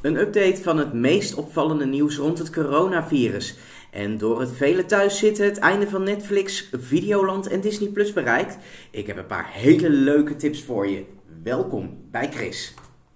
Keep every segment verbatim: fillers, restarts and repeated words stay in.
Een update van het meest opvallende nieuws rond het coronavirus. En door het vele thuiszitten het einde van Netflix, Videoland en Disney Plus bereikt. Ik heb een paar hele leuke tips voor je. Welkom bij Chris.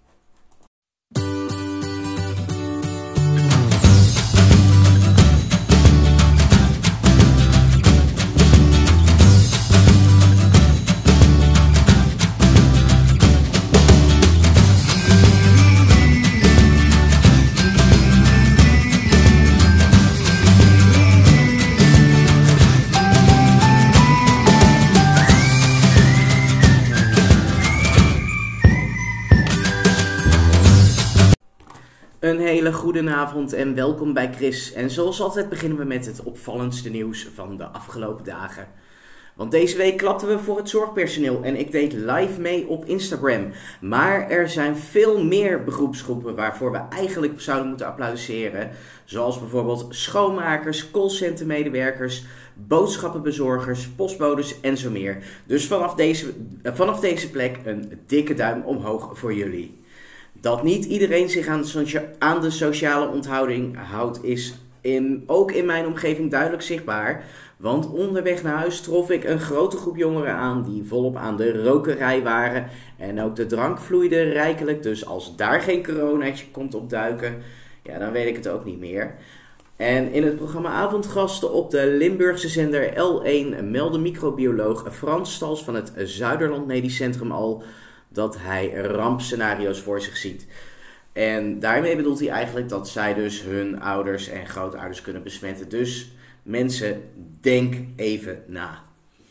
Een hele goede avond en welkom bij Chris. En zoals altijd beginnen we met het opvallendste nieuws van de afgelopen dagen. Want deze week klapten we voor het zorgpersoneel en ik deed live mee op Instagram. Maar er zijn veel meer beroepsgroepen waarvoor we eigenlijk zouden moeten applaudisseren. Zoals bijvoorbeeld schoonmakers, callcentermedewerkers, boodschappenbezorgers, postbodes en zo meer. Dus vanaf deze, vanaf deze plek een dikke duim omhoog voor jullie. Dat niet iedereen zich aan de, aan de sociale onthouding houdt is in, ook in mijn omgeving duidelijk zichtbaar. Want onderweg naar huis trof ik een grote groep jongeren aan die volop aan de rokerij waren. En ook de drank vloeide rijkelijk, dus als daar geen coronaatje komt opduiken, ja, dan weet ik het ook niet meer. En in het programma Avondgasten op de Limburgse zender L één meldde microbioloog Frans Stals van het Zuiderland Medisch Centrum al dat hij rampscenario's voor zich ziet. En daarmee bedoelt hij eigenlijk dat zij dus hun ouders en grootouders kunnen besmetten. Dus mensen, denk even na.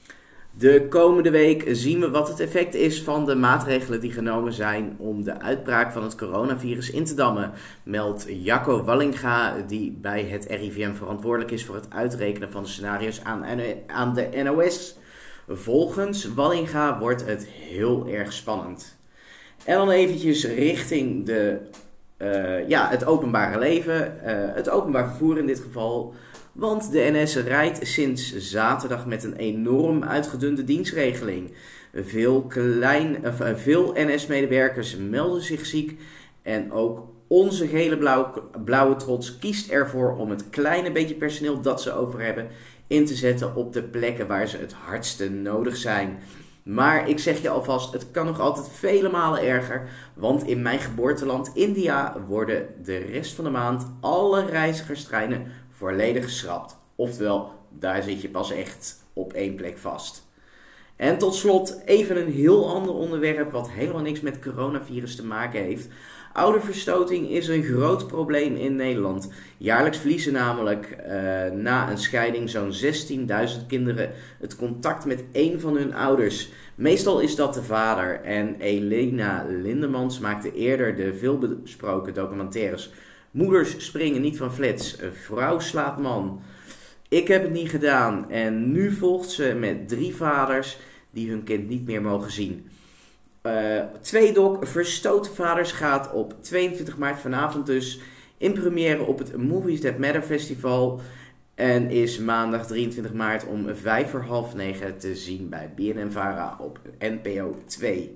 De komende week zien we wat het effect is van de maatregelen die genomen zijn om de uitbraak van het coronavirus in te dammen, meldt Jacco Wallinga, die bij het R I V M verantwoordelijk is voor het uitrekenen van de scenario's aan, aan de N O S. Volgens Wallinga wordt het heel erg spannend. En dan eventjes richting de, uh, ja, het openbare leven, uh, het openbaar vervoer in dit geval. Want de N S rijdt sinds zaterdag met een enorm uitgedunde dienstregeling. Veel, klein, uh, veel N S-medewerkers melden zich ziek en ook onze gele blauwe, blauwe trots kiest ervoor om het kleine beetje personeel dat ze over hebben in te zetten op de plekken waar ze het hardste nodig zijn. Maar ik zeg je alvast, het kan nog altijd vele malen erger, want in mijn geboorteland India worden de rest van de maand alle reizigerstreinen volledig geschrapt. Oftewel, daar zit je pas echt op één plek vast. En tot slot even een heel ander onderwerp wat helemaal niks met coronavirus te maken heeft. Ouderverstoting is een groot probleem in Nederland. Jaarlijks verliezen namelijk uh, na een scheiding zo'n zestienduizend kinderen het contact met één van hun ouders. Meestal is dat de vader en Elena Lindemans maakte eerder de veelbesproken documentaires Moeders springen niet van flats, vrouw slaat man. Ik heb het niet gedaan en nu volgt ze met drie vaders die hun kind niet meer mogen zien. Uh, Tweedoc Verstoten Vaders gaat op tweeëntwintig maart vanavond dus in première op het Movies That Matter Festival. En is maandag drieëntwintig maart om vijf voor half negen te zien bij B N N Vara op N P O twee.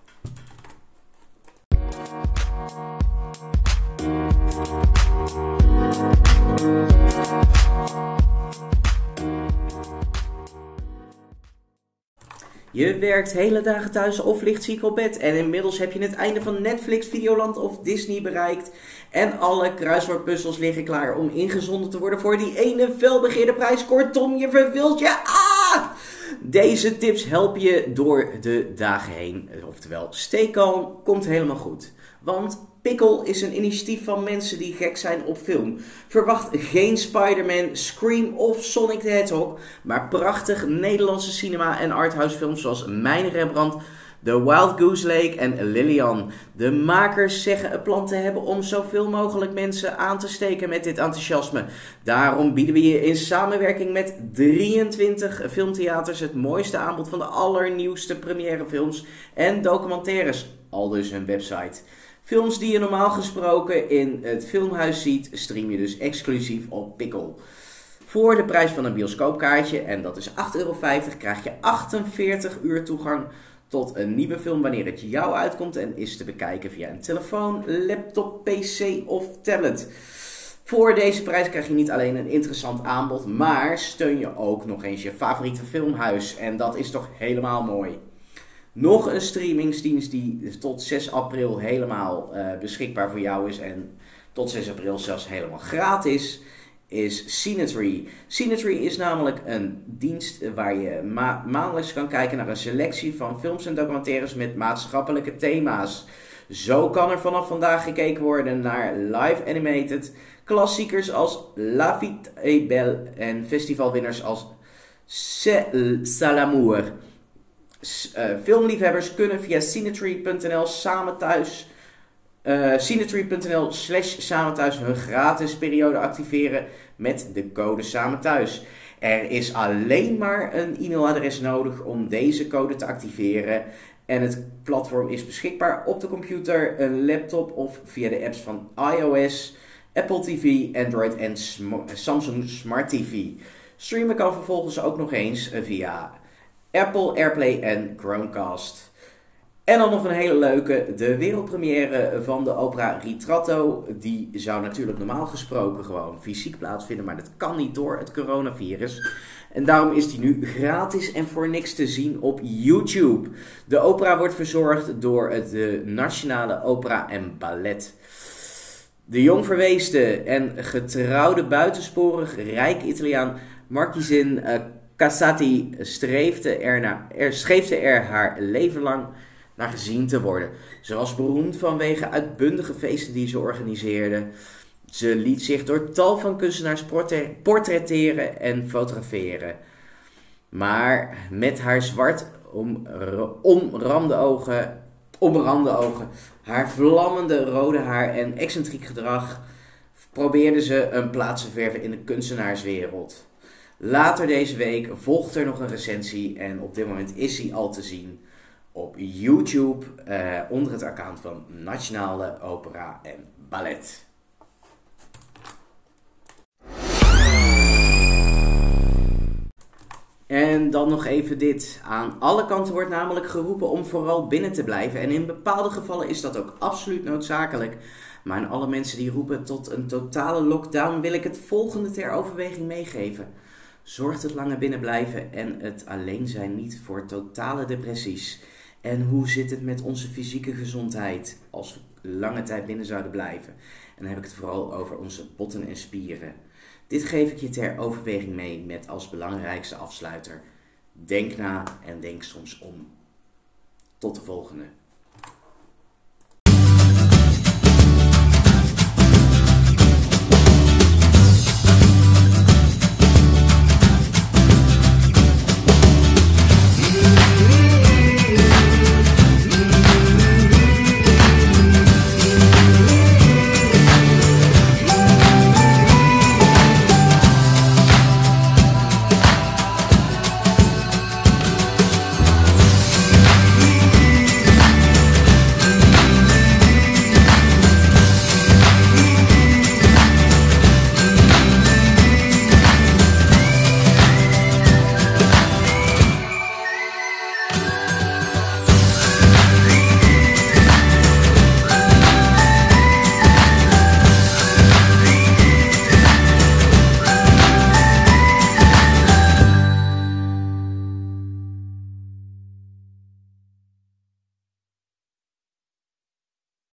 Je werkt hele dagen thuis of ligt ziek op bed en inmiddels heb je het einde van Netflix, Videoland of Disney bereikt. En alle kruiswoordpuzzels liggen klaar om ingezonden te worden voor die ene felbegeerde prijs. Kortom, je verveelt je. Ah! Deze tips helpen je door de dagen heen. Oftewel, stay calm, komt helemaal goed. Want Pickle is een initiatief van mensen die gek zijn op film. Verwacht geen Spider-Man, Scream of Sonic the Hedgehog, maar prachtig Nederlandse cinema en arthouse films zoals Mijn Rembrandt, The Wild Goose Lake en Lilian. De makers zeggen een plan te hebben om zoveel mogelijk mensen aan te steken met dit enthousiasme. Daarom bieden we je in samenwerking met drieëntwintig filmtheaters het mooiste aanbod van de allernieuwste premièrefilms en documentaires. Aldus hun website. Films die je normaal gesproken in het filmhuis ziet, stream je dus exclusief op Pickle. Voor de prijs van een bioscoopkaartje, en dat is acht euro vijftig, krijg je achtenveertig uur toegang tot een nieuwe film wanneer het jou uitkomt en is te bekijken via een telefoon, laptop, pc of tablet. Voor deze prijs krijg je niet alleen een interessant aanbod, maar steun je ook nog eens je favoriete filmhuis. En dat is toch helemaal mooi. Nog een streamingsdienst die tot zes april helemaal uh, beschikbaar voor jou is en tot zes april zelfs helemaal gratis, is Cinetree. Cinetree is namelijk een dienst waar je ma- maandelijks kan kijken naar een selectie van films en documentaires met maatschappelijke thema's. Zo kan er vanaf vandaag gekeken worden naar live animated klassiekers als La Vie est Belle en festivalwinners als C'est l'amour. Uh, filmliefhebbers kunnen via cinetree punt n l samen thuis uh, cinetree punt n l slash samen thuis hun gratis periode activeren met de code samen thuis. Er is alleen maar een e-mailadres nodig om deze code te activeren en het platform is beschikbaar op de computer, een laptop of via de apps van iOS, Apple T V, Android en Sm- Samsung Smart T V. Streamen kan vervolgens ook nog eens via Apple AirPlay en Chromecast. En dan nog een hele leuke, de wereldpremière van de opera Ritratto. Die zou natuurlijk normaal gesproken gewoon fysiek plaatsvinden, maar dat kan niet door het coronavirus. En daarom is die nu gratis en voor niks te zien op YouTube. De opera wordt verzorgd door de Nationale Opera en Ballet. De jongverweesde en getrouwde buitensporig rijke Italiaan Marquezin uh, Casati streefde er, na, er, streefde er haar leven lang naar gezien te worden. Ze was beroemd vanwege uitbundige feesten die ze organiseerde. Ze liet zich door tal van kunstenaars portretteren en fotograferen. Maar met haar zwart om, omramde ogen, omrande ogen, haar vlammende rode haar en excentriek gedrag probeerde ze een plaats te verven in de kunstenaarswereld. Later deze week volgt er nog een recensie en op dit moment is hij al te zien op YouTube uh, onder het account van Nationale Opera en Ballet. En dan nog even dit. Aan alle kanten wordt namelijk geroepen om vooral binnen te blijven. En in bepaalde gevallen is dat ook absoluut noodzakelijk. Maar aan alle mensen die roepen tot een totale lockdown wil ik het volgende ter overweging meegeven. Zorgt het lange binnenblijven en het alleen zijn niet voor totale depressies. En hoe zit het met onze fysieke gezondheid als we lange tijd binnen zouden blijven? En dan heb ik het vooral over onze botten en spieren. Dit geef ik je ter overweging mee met als belangrijkste afsluiter. Denk na en denk soms om. Tot de volgende.